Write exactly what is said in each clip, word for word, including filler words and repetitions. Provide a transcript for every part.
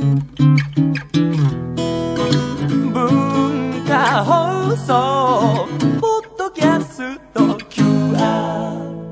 文化放送ポッドキャスト キューアール。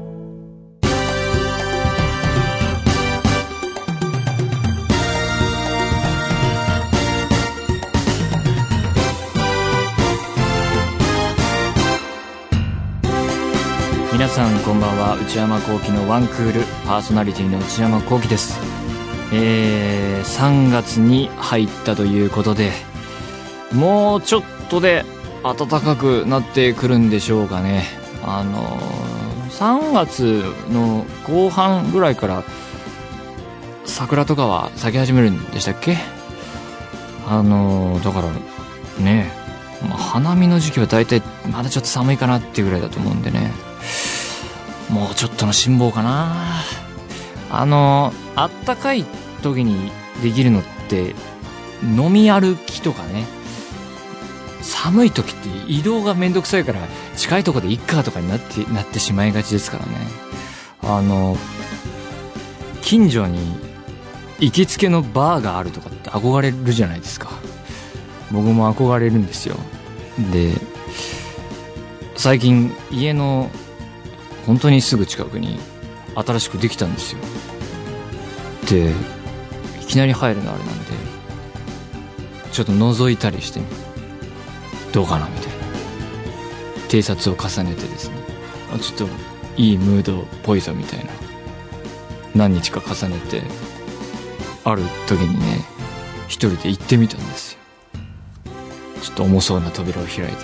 皆さんこんばんは。内山聖輝のワンクールパーソナリティの内山聖輝です。えー、さんがつに入ったということで、もうちょっとで暖かくなってくるんでしょうかね。あのー、さんがつの後半ぐらいから桜とかは咲き始めるんでしたっけ。あのー、だからね、まあ、花見の時期はだいたいまだちょっと寒いかなっていうぐらいだと思うんでね、もうちょっとの辛抱かな。あのあったかい時にできるのって飲み歩きとかね。寒い時って移動がめんどくさいから近いとこでいっかとかになってなってしまいがちですからね。あの近所に行きつけのバーがあるとかって憧れるじゃないですか。僕も憧れるんですよ。で最近家の本当にすぐ近くに新しくできたんですよ。でいきなり入るのあれなんでちょっと覗いたりしてどうかなみたいな偵察を重ねてですね、あちょっといいムードっぽいぞみたいな何日か重ねて、ある時にね一人で行ってみたんですよ。ちょっと重そうな扉を開いてね。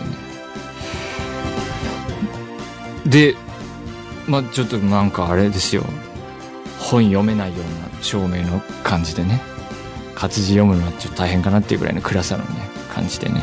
でまあちょっとなんかあれですよ、本読めないような照明の感じでね、活字読むのはちょっと大変かなっていうぐらいの暗さのね感じでね、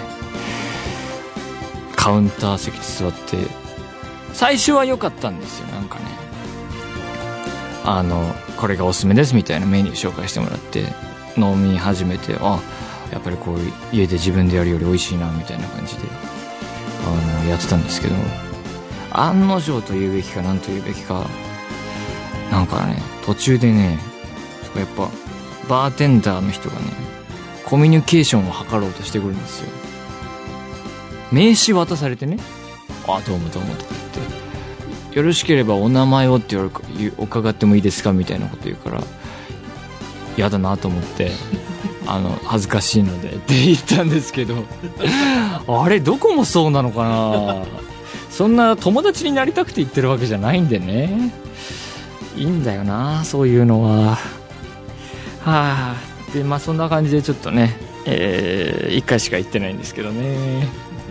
カウンター席に座って、最初は良かったんですよ。なんかね、あのこれがおすすめですみたいなメニュー紹介してもらって飲み始めて、あやっぱりこう家で自分でやるより美味しいなみたいな感じであのやってたんですけど、案の定と言うべきか何と言うべきか、なんかね途中でねやっぱバーテンダーの人がねコミュニケーションを図ろうとしてくるんですよ。名刺渡されてね、あどうもどうもとか言って、よろしければお名前をって言われる伺ってもいいですかみたいなこと言うから、やだなと思ってあの恥ずかしいのでって言ったんですけどあれどこもそうなのかな。そんな友達になりたくて言ってるわけじゃないんでね、いいんだよなそういうのは。はあ、でまあそんな感じでちょっとね、えー、いっかいしか行ってないんですけどね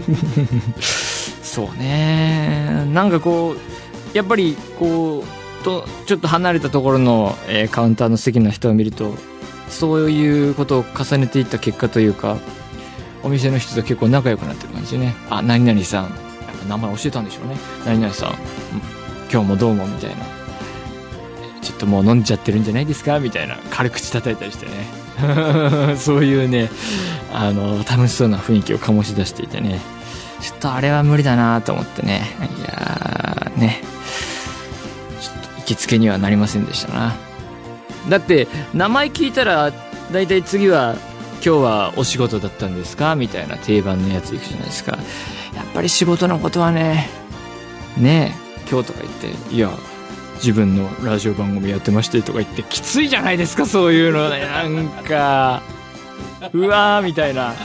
そうね、なんかこうやっぱりこうとちょっと離れたところの、えー、カウンターの席の人を見ると、そういうことを重ねていった結果というか、お店の人と結構仲良くなってる感じでね、あ何々さん、やっぱ名前教えたんでしょうね、何々さん今日もどうもみたいな、ちょっともう飲んじゃってるんじゃないですかみたいな軽口叩いたりしてねそういうねあの楽しそうな雰囲気を醸し出していてね、ちょっとあれは無理だなと思ってね、いやーねちょっと行きつけにはなりませんでしたな。だって名前聞いたらだいたい次は今日はお仕事だったんですかみたいな定番のやついくじゃないですか。やっぱり仕事のことはねねえ今日とか言って、いや自分のラジオ番組やってましてとか言ってきついじゃないですか、そういうのね。なんかうわーみたいな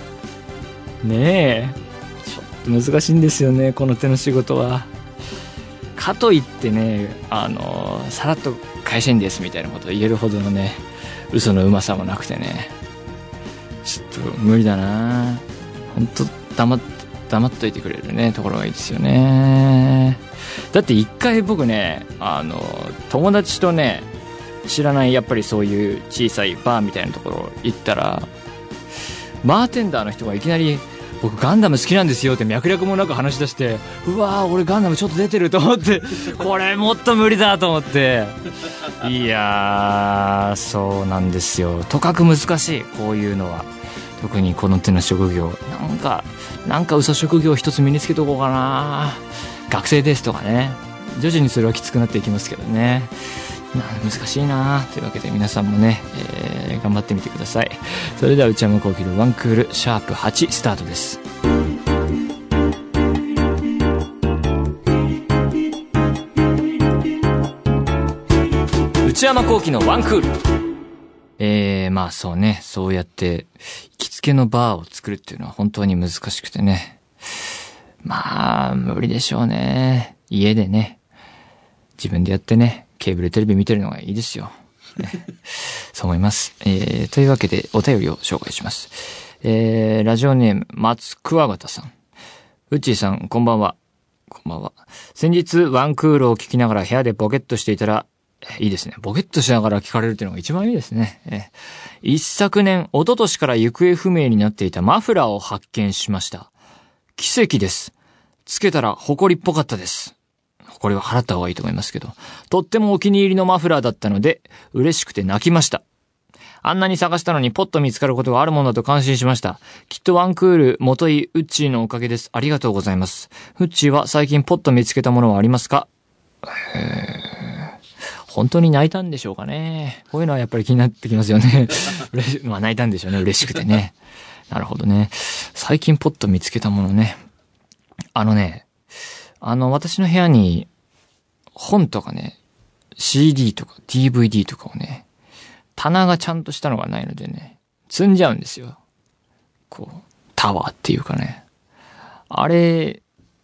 ねえ、ちょっと難しいんですよねこの手の仕事は。かといってねあのさらっと会社員ですみたいなことを言えるほどのね嘘のうまさもなくてね、ちょっと無理だな。ほんと黙っ黙っといてくれるねところがいいですよね。だって一回僕ねあの友達とね知らないやっぱりそういう小さいバーみたいなところ行ったら、バーテンダーの人がいきなり僕ガンダム好きなんですよって脈絡もなく話し出して、うわー俺ガンダムちょっと出てると思ってこれもっと無理だと思って、いやーそうなんですよ、とかく難しいこういうのは。特にこの手の職業、なんかなんか嘘職業一つ身につけとこうかな。学生ですとかね、徐々にそれはきつくなっていきますけどね。 難しいなというわけで皆さんもね、えー、頑張ってみてください。それでは内山聖輝のワンクールシャープはちスタートです。内山聖輝のワンクール。えー、まあそうね、そうやって行きつけのバーを作るっていうのは本当に難しくてね。まあ無理でしょうね。家でね、自分でやってね、ケーブルテレビ見てるのがいいですよ。ね、そう思います。えー、というわけでお便りを紹介します。えー、ラジオネーム松桑形さん。うっちーさん、こんばんは。こんばんは。先日ワンクールを聞きながら部屋でボケッとしていたら、いいですね。ボケッとしながら聞かれるっていうのが一番いいですね。え一昨年、一昨年から行方不明になっていたマフラーを発見しました。奇跡です。つけたら埃っぽかったです。これは払った方がいいと思いますけど。とってもお気に入りのマフラーだったので、嬉しくて泣きました。あんなに探したのにポッと見つかることがあるものだと感心しました。きっとワンクール元井ウッチーのおかげです。ありがとうございます。ウッチーは最近ポッと見つけたものはありますか？へー。本当に泣いたんでしょうかね。こういうのはやっぱり気になってきますよね。まあ泣いたんでしょうね。嬉しくてね。なるほどね。最近ポッと見つけたものね。あのね、あの私の部屋に本とかね、シーディー とか ディーブイディー とかをね、棚がちゃんとしたのがないのでね、積んじゃうんですよ。こう、タワーっていうかね。あれ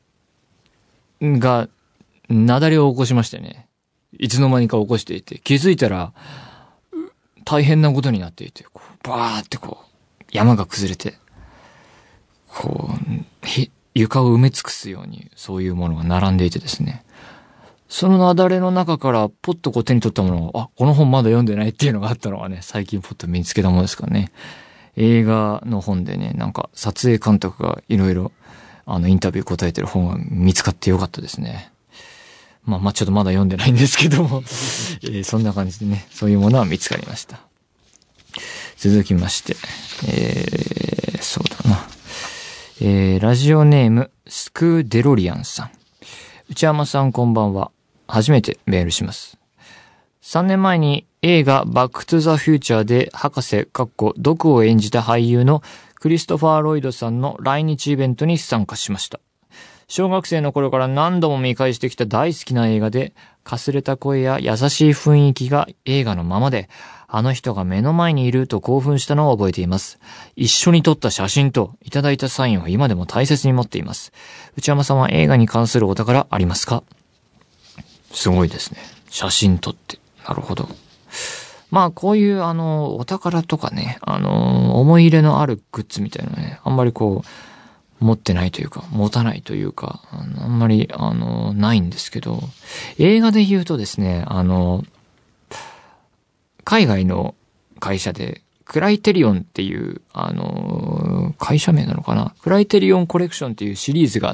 が、雪崩を起こしましてね。いつの間にか起こしていて、気づいたら、大変なことになっていて、こうバーってこう、山が崩れて、こう、床を埋め尽くすように、そういうものが並んでいてですね。その雪崩の中から、ポッとこう手に取ったものを、あ、この本まだ読んでないっていうのがあったのがね、最近ポッと見つけたものですからね。映画の本でね、なんか、撮影監督がいろいろ、あの、インタビュー答えてる本が見つかってよかったですね。まあまあちょっとまだ読んでないんですけども、えー、そんな感じでね、そういうものは見つかりました。続きまして、えー、そうだな。えー、ラジオネーム、スクーデロリアンさん。内山さんこんばんは。初めてメールします。さんねんまえに映画バックトゥザフューチャーで博士、かっこ、ドクを演じた俳優のクリストファー・ロイドさんの来日イベントに参加しました。小学生の頃から何度も見返してきた大好きな映画で、かすれた声や優しい雰囲気が映画のままで、あの人が目の前にいると興奮したのを覚えています。一緒に撮った写真といただいたサインを今でも大切に持っています。内山さんは映画に関するお宝ありますか？すごいですね。写真撮って。なるほど。まあこういうあの、お宝とかね、あの、思い入れのあるグッズみたいなのね、あんまりこう、持ってないというか、持たないというか、あの、あんまり、あの、ないんですけど、映画で言うとですね、あの、海外の会社で、クライテリオンっていう、あの、会社名なのかな？クライテリオンコレクションっていうシリーズがあって、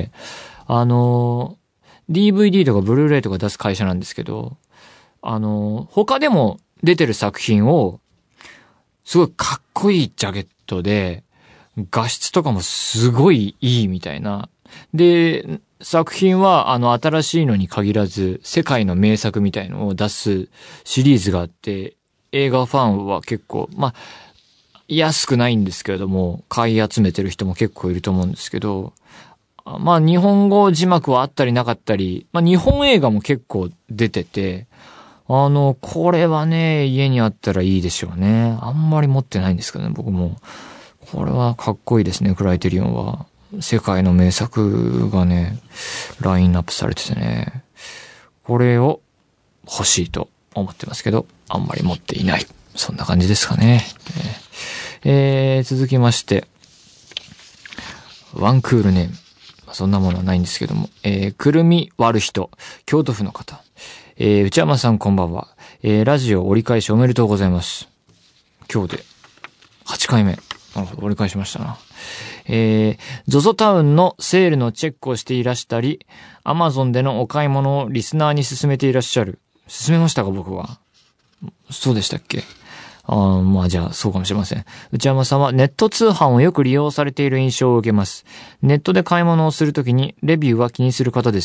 あの、ディーブイディー とかブルーレイとか出す会社なんですけど、あの、他でも出てる作品を、すごいかっこいいジャケットで、画質とかもすごいいいみたいな。で、作品はあの新しいのに限らず世界の名作みたいのを出すシリーズがあって、映画ファンは結構、まあ、安くないんですけれども、買い集めてる人も結構いると思うんですけど、まあ日本語字幕はあったりなかったり、まあ日本映画も結構出てて、あの、これはね、家にあったらいいでしょうね。あんまり持ってないんですけどね、僕も。これはかっこいいですね、クライテリオンは。世界の名作がね、ラインナップされててね。これを欲しいと思ってますけど、あんまり持っていない。そんな感じですかね。えー、続きまして、ワンクールネーム。そんなものはないんですけども、えー、くるみ割る人、京都府の方。えー、内山さんこんばんは。えー、ラジオ折り返しおめでとうございます。今日ではちかいめ。なるほど、折り返しましたな。えー、ゾゾ タウンのセールのチェックをしていらしたり、アマゾンでのお買い物をリスナーに勧めていらっしゃる。勧めましたか、僕は。そうでしたっけ？あまあじゃあそうかもしれません。内山さんはネット通販をよく利用されている印象を受けます。ネットで買い物をするときにレビューは気にする方ですか？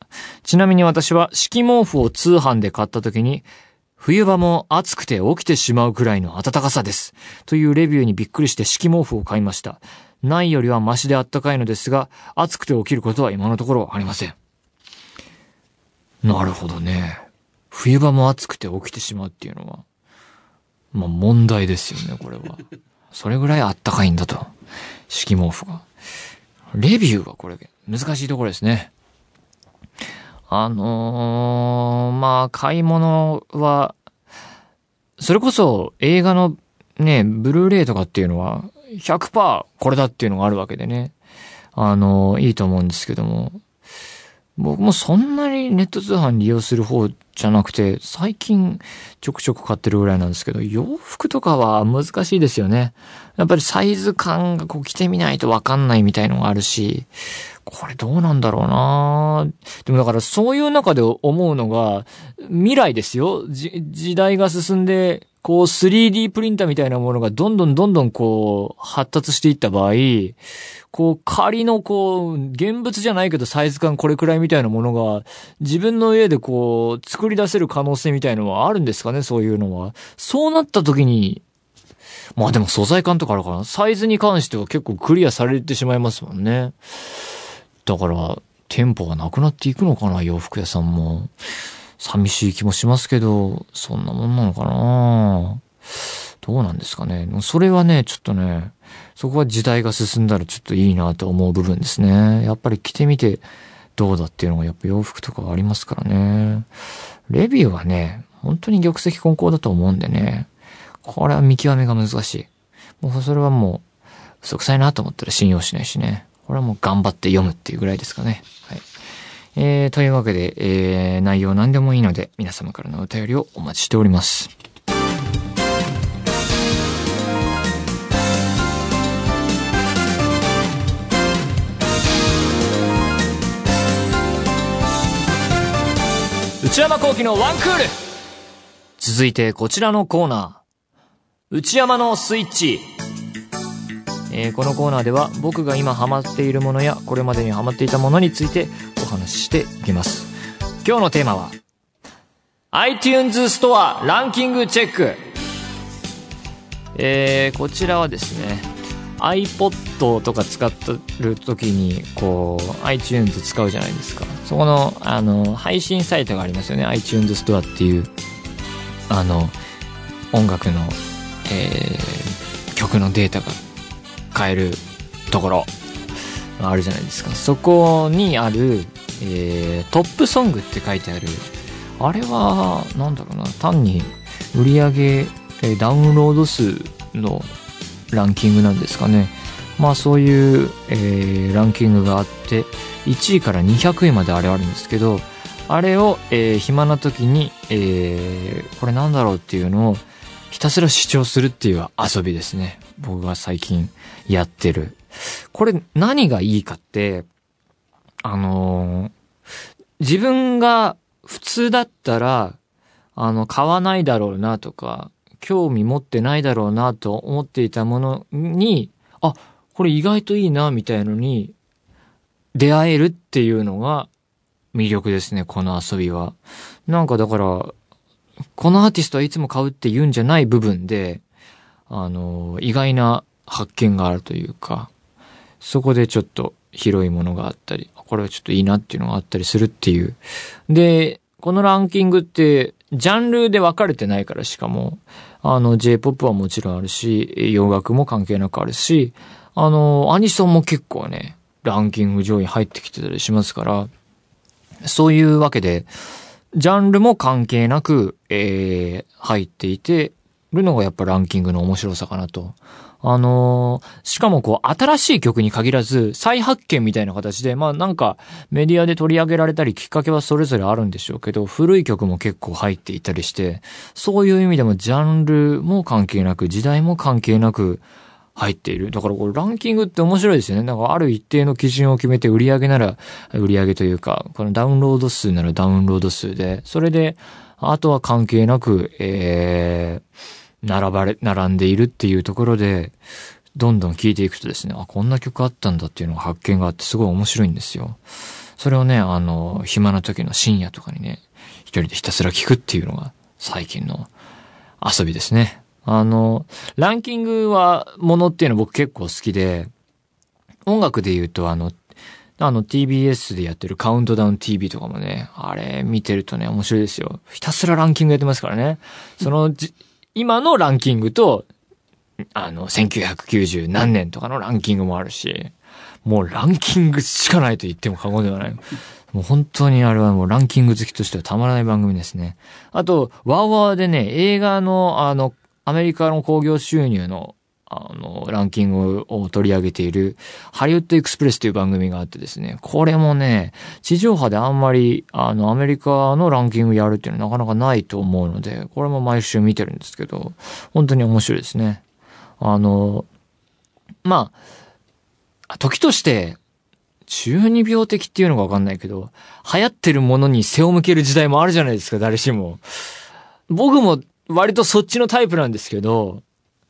ちなみに私は敷毛布を通販で買った時に、冬場も暑くて起きてしまうくらいの暖かさです。というレビューにびっくりして敷毛布を買いました。ないよりはマシで暖かいのですが、暑くて起きることは今のところありません。なるほどね。冬場も暑くて起きてしまうっていうのは、まあ問題ですよね、これは。それぐらい暖かいんだと。敷毛布が。レビューはこれ難しいところですね。あのー、まあ、買い物は、それこそ映画のね、ブルーレイとかっていうのは ひゃくパーセント これだっていうのがあるわけでね。あのー、いいと思うんですけども、僕もそんなにネット通販利用する方じゃなくて、最近ちょくちょく買ってるぐらいなんですけど、洋服とかは難しいですよね。やっぱりサイズ感がこう着てみないとわかんないみたいのがあるし、これどうなんだろうな。でもだからそういう中で思うのが、未来ですよ。じ時代が進んで、こう スリーディー プリンターみたいなものがどんどんどんどんこう発達していった場合、こう仮のこう現物じゃないけどサイズ感これくらいみたいなものが自分の家でこう作り出せる可能性みたいのはあるんですかね、そういうのは。そうなった時に、まあでも素材感とかあるから、サイズに関しては結構クリアされてしまいますもんね。だから店舗がなくなっていくのかな、洋服屋さんも。寂しい気もしますけど、そんなもんなのかな。どうなんですかね。それはね、ちょっとね、そこは時代が進んだらちょっといいなと思う部分ですね。やっぱり着てみてどうだっていうのがやっぱ洋服とかはありますからね。レビューはね、本当に玉石混交だと思うんでね。これは見極めが難しい。もうそれはもう嘘くさいなと思ったら信用しないしね。これはもう頑張って読むっていうぐらいですかね。はい。えー、というわけで、えー、内容何でもいいので皆様からのお便りをお待ちしております。内山聖輝のワンクール。続いてこちらのコーナー、内山のスイッチ。えー、このコーナーでは僕が今ハマっているものやこれまでにハマっていたものについてお話ししていきます。今日のテーマは iTunes ストアランキングチェック。えー、こちらはですね iPod とか使ってる時にこう iTunes 使うじゃないですか。そこのあの配信サイトがありますよね。 iTunes ストアっていうあの音楽の、えー、曲のデータが買えるところあるじゃないですか。そこにある、えー、トップソングって書いてある、あれはなんだろうな、単に売り上げ、えー、ダウンロード数のランキングなんですかね。まあそういう、えー、ランキングがあって、いちいからにひゃくいまであれあるんですけど、あれを、えー、暇な時に、えー、これなんだろうっていうのをひたすら視聴するっていう遊びですね。僕が最近やってる。これ何がいいかって、あのー、自分が普通だったら、あの、買わないだろうなとか、興味持ってないだろうなと思っていたものに、あ、これ意外といいなみたいのに出会えるっていうのが魅力ですね、この遊びは。なんかだから、このアーティストはいつも買うって言うんじゃない部分で、あの、意外な発見があるというか、そこでちょっと広いものがあったり、これはちょっといいなっていうのがあったりするっていう。で、このランキングって、ジャンルで分かれてないから、しかも、あの、J-ポップ はもちろんあるし、洋楽も関係なくあるし、あの、アニソンも結構ね、ランキング上位入ってきてたりしますから、そういうわけで、ジャンルも関係なく、えー、入っていてるのがやっぱランキングの面白さかなと。あのー、しかもこう、新しい曲に限らず、再発見みたいな形で、まあなんか、メディアで取り上げられたり、きっかけはそれぞれあるんでしょうけど、古い曲も結構入っていたりして、そういう意味でもジャンルも関係なく、時代も関係なく、入っている。だからこれランキングって面白いですよね。なんかある一定の基準を決めて売り上げなら売り上げというか、このダウンロード数ならダウンロード数で、それで、あとは関係なく、えー、並ばれ、並んでいるっていうところで、 どんどん聴いていくとですね、あ、こんな曲あったんだっていうのが発見があってすごい面白いんですよ。それをね、あの、暇な時の深夜とかにね、一人でひたすら聴くっていうのが最近の遊びですね。あの、ランキングはものっていうの僕結構好きで、音楽で言うとあの、あの ティービーエス でやってるカウントダウン ティーブイ とかもね、あれ見てるとね、面白いですよ。ひたすらランキングやってますからね。そのじ、今のランキングと、あの、せんきゅうひゃくきゅうじゅう何年とかのランキングもあるし、もうランキングしかないと言っても過言ではない。もう本当にあれはもうランキング好きとしてはたまらない番組ですね。あと、ワーワーでね、映画のあの、アメリカの興行収入のあの、ランキングを取り上げているハリウッドエクスプレスという番組があってですね、これもね、地上波であんまり、あの、アメリカのランキングやるっていうのはなかなかないと思うので、これも毎週見てるんですけど、本当に面白いですね。あの、まあ、時として、中二病的っていうのがわかんないけど、流行ってるものに背を向ける時代もあるじゃないですか、誰しも。僕も割とそっちのタイプなんですけど、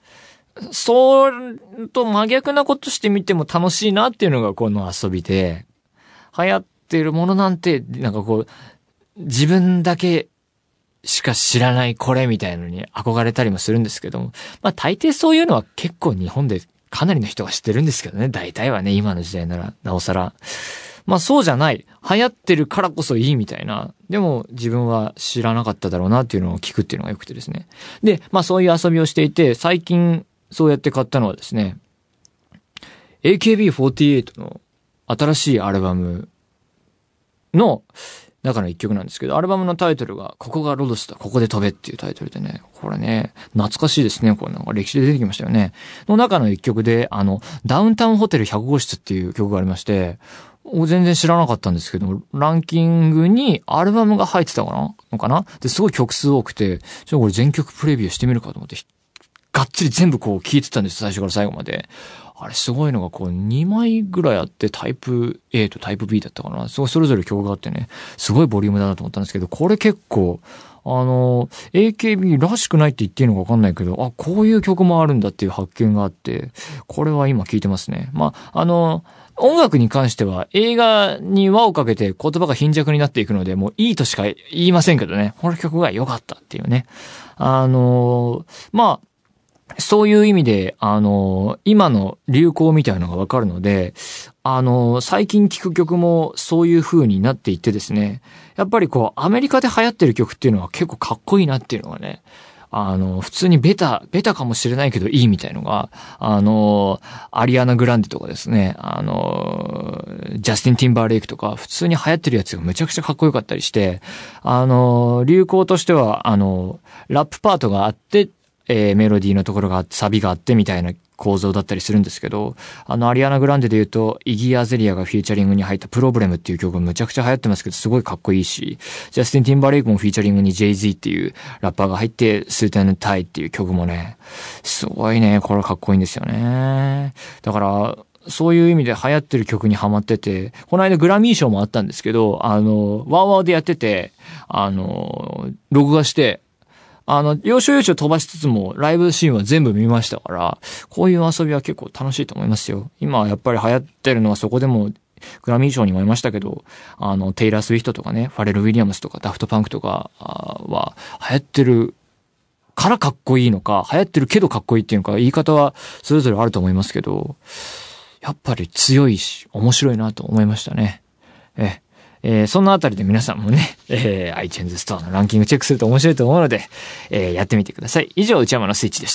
そうと真逆なことしてみても楽しいなっていうのがこの遊びで、流行ってるものなんて、なんかこう、自分だけしか知らないこれみたいなのに憧れたりもするんですけども、まあ大抵そういうのは結構日本でかなりの人が知ってるんですけどね、大体はね、今の時代なら、なおさら。まあそうじゃない。流行ってるからこそいいみたいな。でも自分は知らなかっただろうなっていうのを聞くっていうのが良くてですね。で、まあそういう遊びをしていて、最近そうやって買ったのはですね、エーケービーフォーティーエイト の新しいアルバムの中の一曲なんですけど、アルバムのタイトルが、ここがロドスだ、ここで飛べっていうタイトルでね、これね、懐かしいですね。これなんか歴史で出てきましたよね。の中の一曲で、あの、ダウンタウンホテルひゃくごしつっていう曲がありまして、全然知らなかったんですけど、ランキングにアルバムが入ってたかなのかなで、すごい曲数多くて、ちょっとこれ全曲プレビューしてみるかと思って、がっつり全部こう聴いてたんです、最初から最後まで。あれすごいのがこうにまいぐらいあってタイプ A とタイプ ビー だったかな。すごいそれぞれ曲があってね、すごいボリュームだなと思ったんですけど、これ結構、あの、エーケービー らしくないって言っていいのかわかんないけど、あ、こういう曲もあるんだっていう発見があって、これは今聴いてますね。まあ、あの、音楽に関しては映画に輪をかけて言葉が貧弱になっていくので、もういいとしか言いませんけどね、この曲が良かったっていうね。あの、まあ、そういう意味で、あの、今の流行みたいなのがわかるので、あの、最近聴く曲もそういう風になっていってですね、やっぱりこう、アメリカで流行ってる曲っていうのは結構かっこいいなっていうのがね、あの、普通にベタ、ベタかもしれないけどいいみたいのが、あの、アリアナ・グランデとかですね、あの、ジャスティン・ティンバーレイクとか、普通に流行ってるやつがむちゃくちゃかっこよかったりして、あの、流行としては、あの、ラップパートがあって、えー、メロディーのところがあって、サビがあってみたいな構造だったりするんですけど、あの、アリアナ・グランデで言うと、イギー・アゼリアがフィーチャリングに入ったプロブレムっていう曲がむちゃくちゃ流行ってますけど、すごいかっこいいし、ジャスティン・ティンバーレイクもフィーチャリングに ジェイズイ っていうラッパーが入って、スータン・タイっていう曲もね、すごいね、これかっこいいんですよね。だから、そういう意味で流行ってる曲にハマってて、この間グラミー賞もあったんですけど、あの、ワーワーでやってて、あの、録画して、あの、要所要所飛ばしつつも、ライブシーンは全部見ましたから、こういう遊びは結構楽しいと思いますよ。今はやっぱり流行ってるのはそこでも、グラミー賞にもありましたけど、あの、テイラー・スウィフトとかね、ファレル・ウィリアムスとか、ダフト・パンクとかは、流行ってるからかっこいいのか、流行ってるけどかっこいいっていうのか、言い方はそれぞれあると思いますけど、やっぱり強いし、面白いなと思いましたね。え、えー、そんなあたりで皆さんもね、えー、iTunes ストアのランキングチェックすると面白いと思うので、えー、やってみてください。以上、内山のスイッチでした。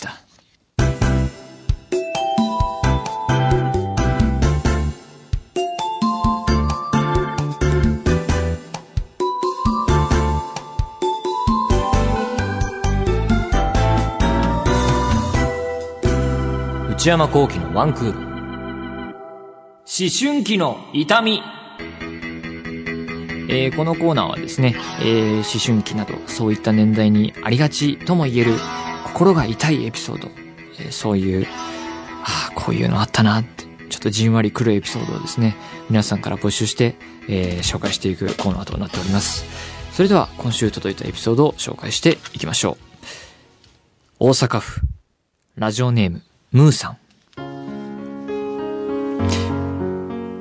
内山聖輝のワンクール。思春期の痛み。えー、このコーナーはですね、えー、思春期などそういった年代にありがちとも言える心が痛いエピソード、えー、そういう、ああ、こういうのあったなって、ちょっとじんわりくるエピソードをですね、皆さんから募集して、えー、紹介していくコーナーとなっております。それでは今週届いたエピソードを紹介していきましょう。大阪府、ラジオネーム、ムーさん。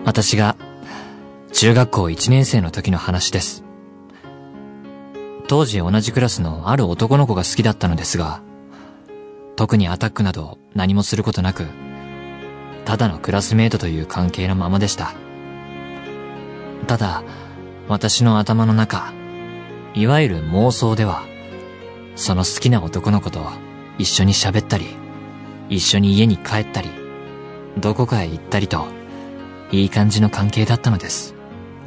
私が中学校いちねん生の時の話です。当時同じクラスのある男の子が好きだったのですが、特にアタックなど何もすることなく、ただのクラスメートという関係のままでした。ただ、私の頭の中、いわゆる妄想では、その好きな男の子と一緒に喋ったり、一緒に家に帰ったり、どこかへ行ったりと、いい感じの関係だったのです。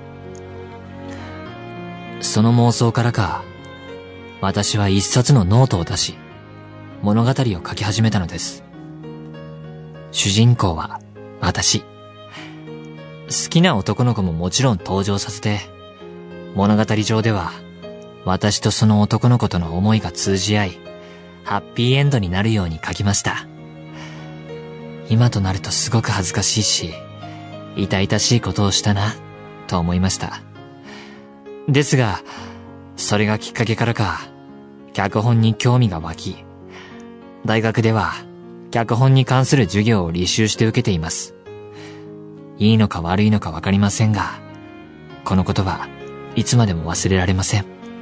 その妄想からか、私は一冊のノートを出し、物語を書き始めたのです。主人公は私。好きな男の子ももちろん登場させて、物語上では私とその男の子との思いが通じ合い、ハッピーエンドになるように書きました。今となるとすごく恥ずかしいし、痛々しいことをしたな、と思いました。ですが、それがきっかけからか、脚本に興味が湧き、大学では脚本に関する授業を履修して受けています。いいのか悪いのかわかりませんが、このことはいつまでも忘れられません。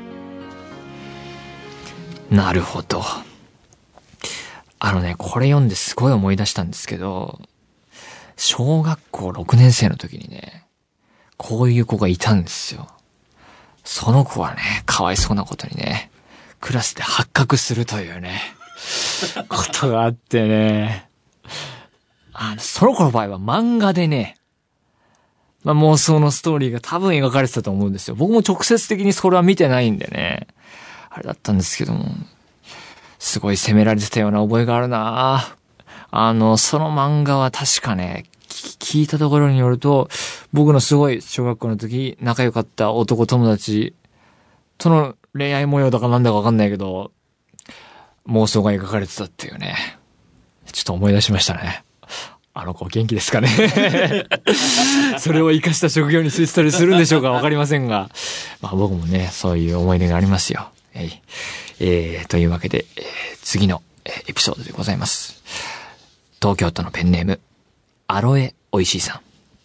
なるほど。あのね、これ読んですごい思い出したんですけど、小学校ろくねん生の時にね、こういう子がいたんですよ。その子はね、かわいそうなことにね、クラスで発覚するというね、ことがあってね、あの、その子の場合は漫画でね、まあ、妄想のストーリーが多分描かれてたと思うんですよ。僕も直接的にそれは見てないんでね、あれだったんですけども、すごい責められてたような覚えがあるな。あの、その漫画は確かね、聞いたところによると、僕のすごい小学校の時仲良かった男友達との恋愛模様だかなんだかわかんないけど、妄想が描かれてたっていうね。ちょっと思い出しましたね。あの子元気ですかね。それを活かした職業に就いてたりするんでしょうかわかりませんが。まあ僕もね、そういう思い出がありますよ。えいえー、というわけで、えー、次のエピソードでございます。東京都のペンネーム、アロエおいしいさ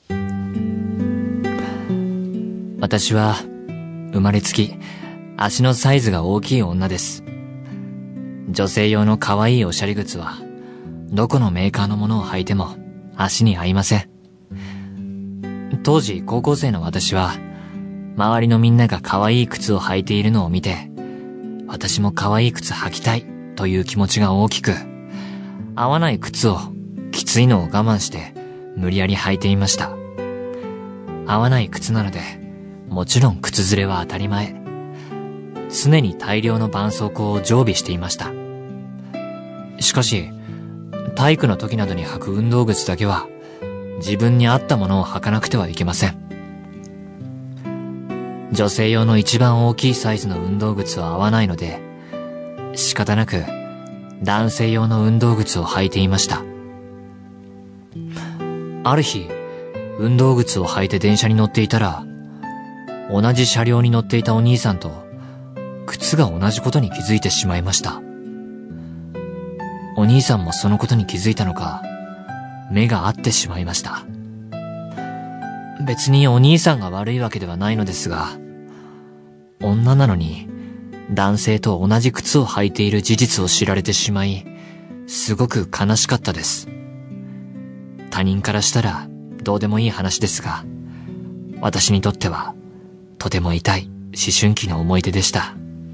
ん。私は、生まれつき、足のサイズが大きい女です。女性用の可愛いおしゃれ靴は、どこのメーカーのものを履いても足に合いません。当時高校生の私は、周りのみんなが可愛い靴を履いているのを見て、私も可愛い靴履きたいという気持ちが大きく、合わない靴をきついのを我慢して無理やり履いていました。合わない靴なので、もちろん靴ずれは当たり前。常に大量の絆創膏を常備していました。しかし、体育の時などに履く運動靴だけは、自分に合ったものを履かなくてはいけません。女性用の一番大きいサイズの運動靴は合わないので、仕方なく男性用の運動靴を履いていました。ある日、運動靴を履いて電車に乗っていたら、同じ車両に乗っていたお兄さんと靴が同じことに気づいてしまいました。お兄さんもそのことに気づいたのか、目が合ってしまいました。別にお兄さんが悪いわけではないのですが、女なのに男性と同じ靴を履いている事実を知られてしまい、すごく悲しかったです。他人からしたらどうでもいい話ですが、私にとってはとても痛い思春期の思い出でした。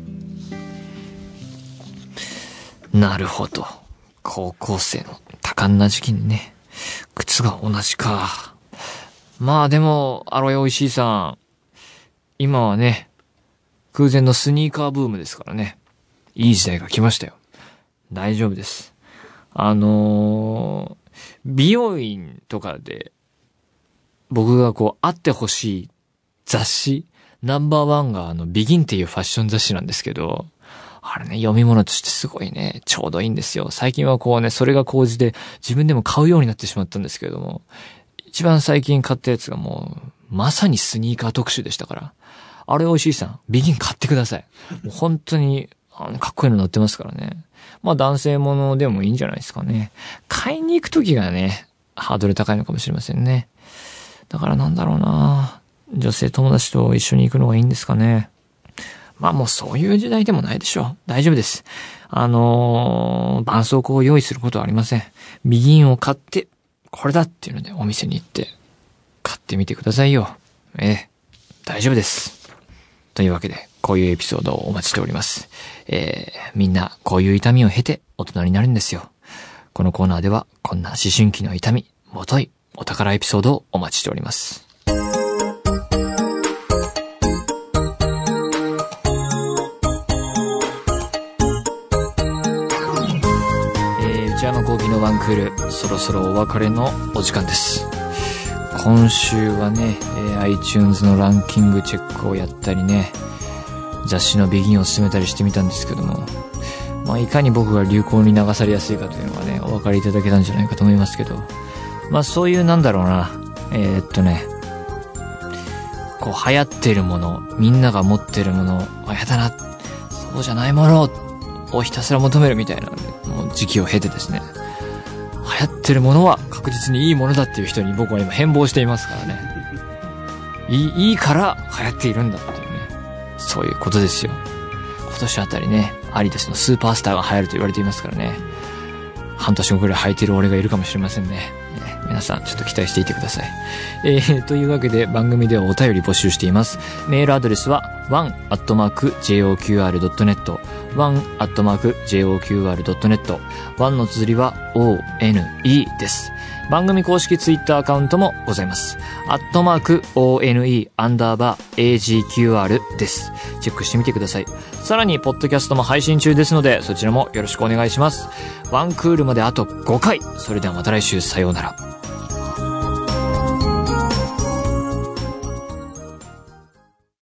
なるほど。高校生の多感な時期にね、靴が同じか。まあでも、アロエおいしいさん、今はね、空前のスニーカーブームですからね。いい時代が来ましたよ。大丈夫です。あのー、美容院とかで、僕がこう、会ってほしい雑誌、ナンバーワンがあの、ビギンっていうファッション雑誌なんですけど、あれね、読み物としてすごいね、ちょうどいいんですよ。最近はこうね、それが高じて自分でも買うようになってしまったんですけれども、一番最近買ったやつがもう、まさにスニーカー特集でしたから、あれおいしいさん、ビギン買ってください。もう本当に、あの、かっこいいの載ってますからね。まあ男性ものでもいいんじゃないですかね。買いに行くときがね、ハードル高いのかもしれませんね。 だからなんだろうな、女性友達と一緒に行くのがいいんですかね。まあもうそういう時代でもないでしょう。大丈夫です。あのー、絆創膏を用意することはありません。ビギンを買って、これだっていうのでお店に行って、買ってみてくださいよ。ええ、大丈夫です。というわけで、こういうエピソードをお待ちしております。えー、みんなこういう痛みを経て大人になるんですよ。このコーナーでは、こんな思春期の痛み、もとい、お宝エピソードをお待ちしております。内山聖輝のワンクール、そろそろお別れのお時間です。今週はね、えー、iTunes のランキングチェックをやったりね、雑誌のビギンを進めたりしてみたんですけども、まあいかに僕が流行に流されやすいかというのがね、お分かりいただけたんじゃないかと思いますけど、まあそういうなんだろうな、えー、っとね、こう流行ってるもの、みんなが持ってるもの、あ、やだな、そうじゃないものをひたすら求めるみたいな、もう時期を経てですね、流行ってるものは確実にいいものだっていう人に僕は今変貌していますからね。いい、いいから流行っているんだっていうね。そういうことですよ。今年あたりね、アリダスのスーパースターが流行ると言われていますからね。半年後くらい履いてる俺がいるかもしれませんね。ね、皆さんちょっと期待していてください。えー、というわけで番組ではお便り募集しています。メールアドレスは ワン アットマーク ジェイオーキューアール ドットネット ワン アットマーク ジェイオーキューアール ドットネット ワン の綴りは オーエヌイー です。番組公式ツイッターアカウントもございます。アットマーク オーエヌイー アンダーバー エージーキューアール です。チェックしてみてください。さらにポッドキャストも配信中ですので、そちらもよろしくお願いします。ワンクールまであとごかい。それではまた来週、さようなら。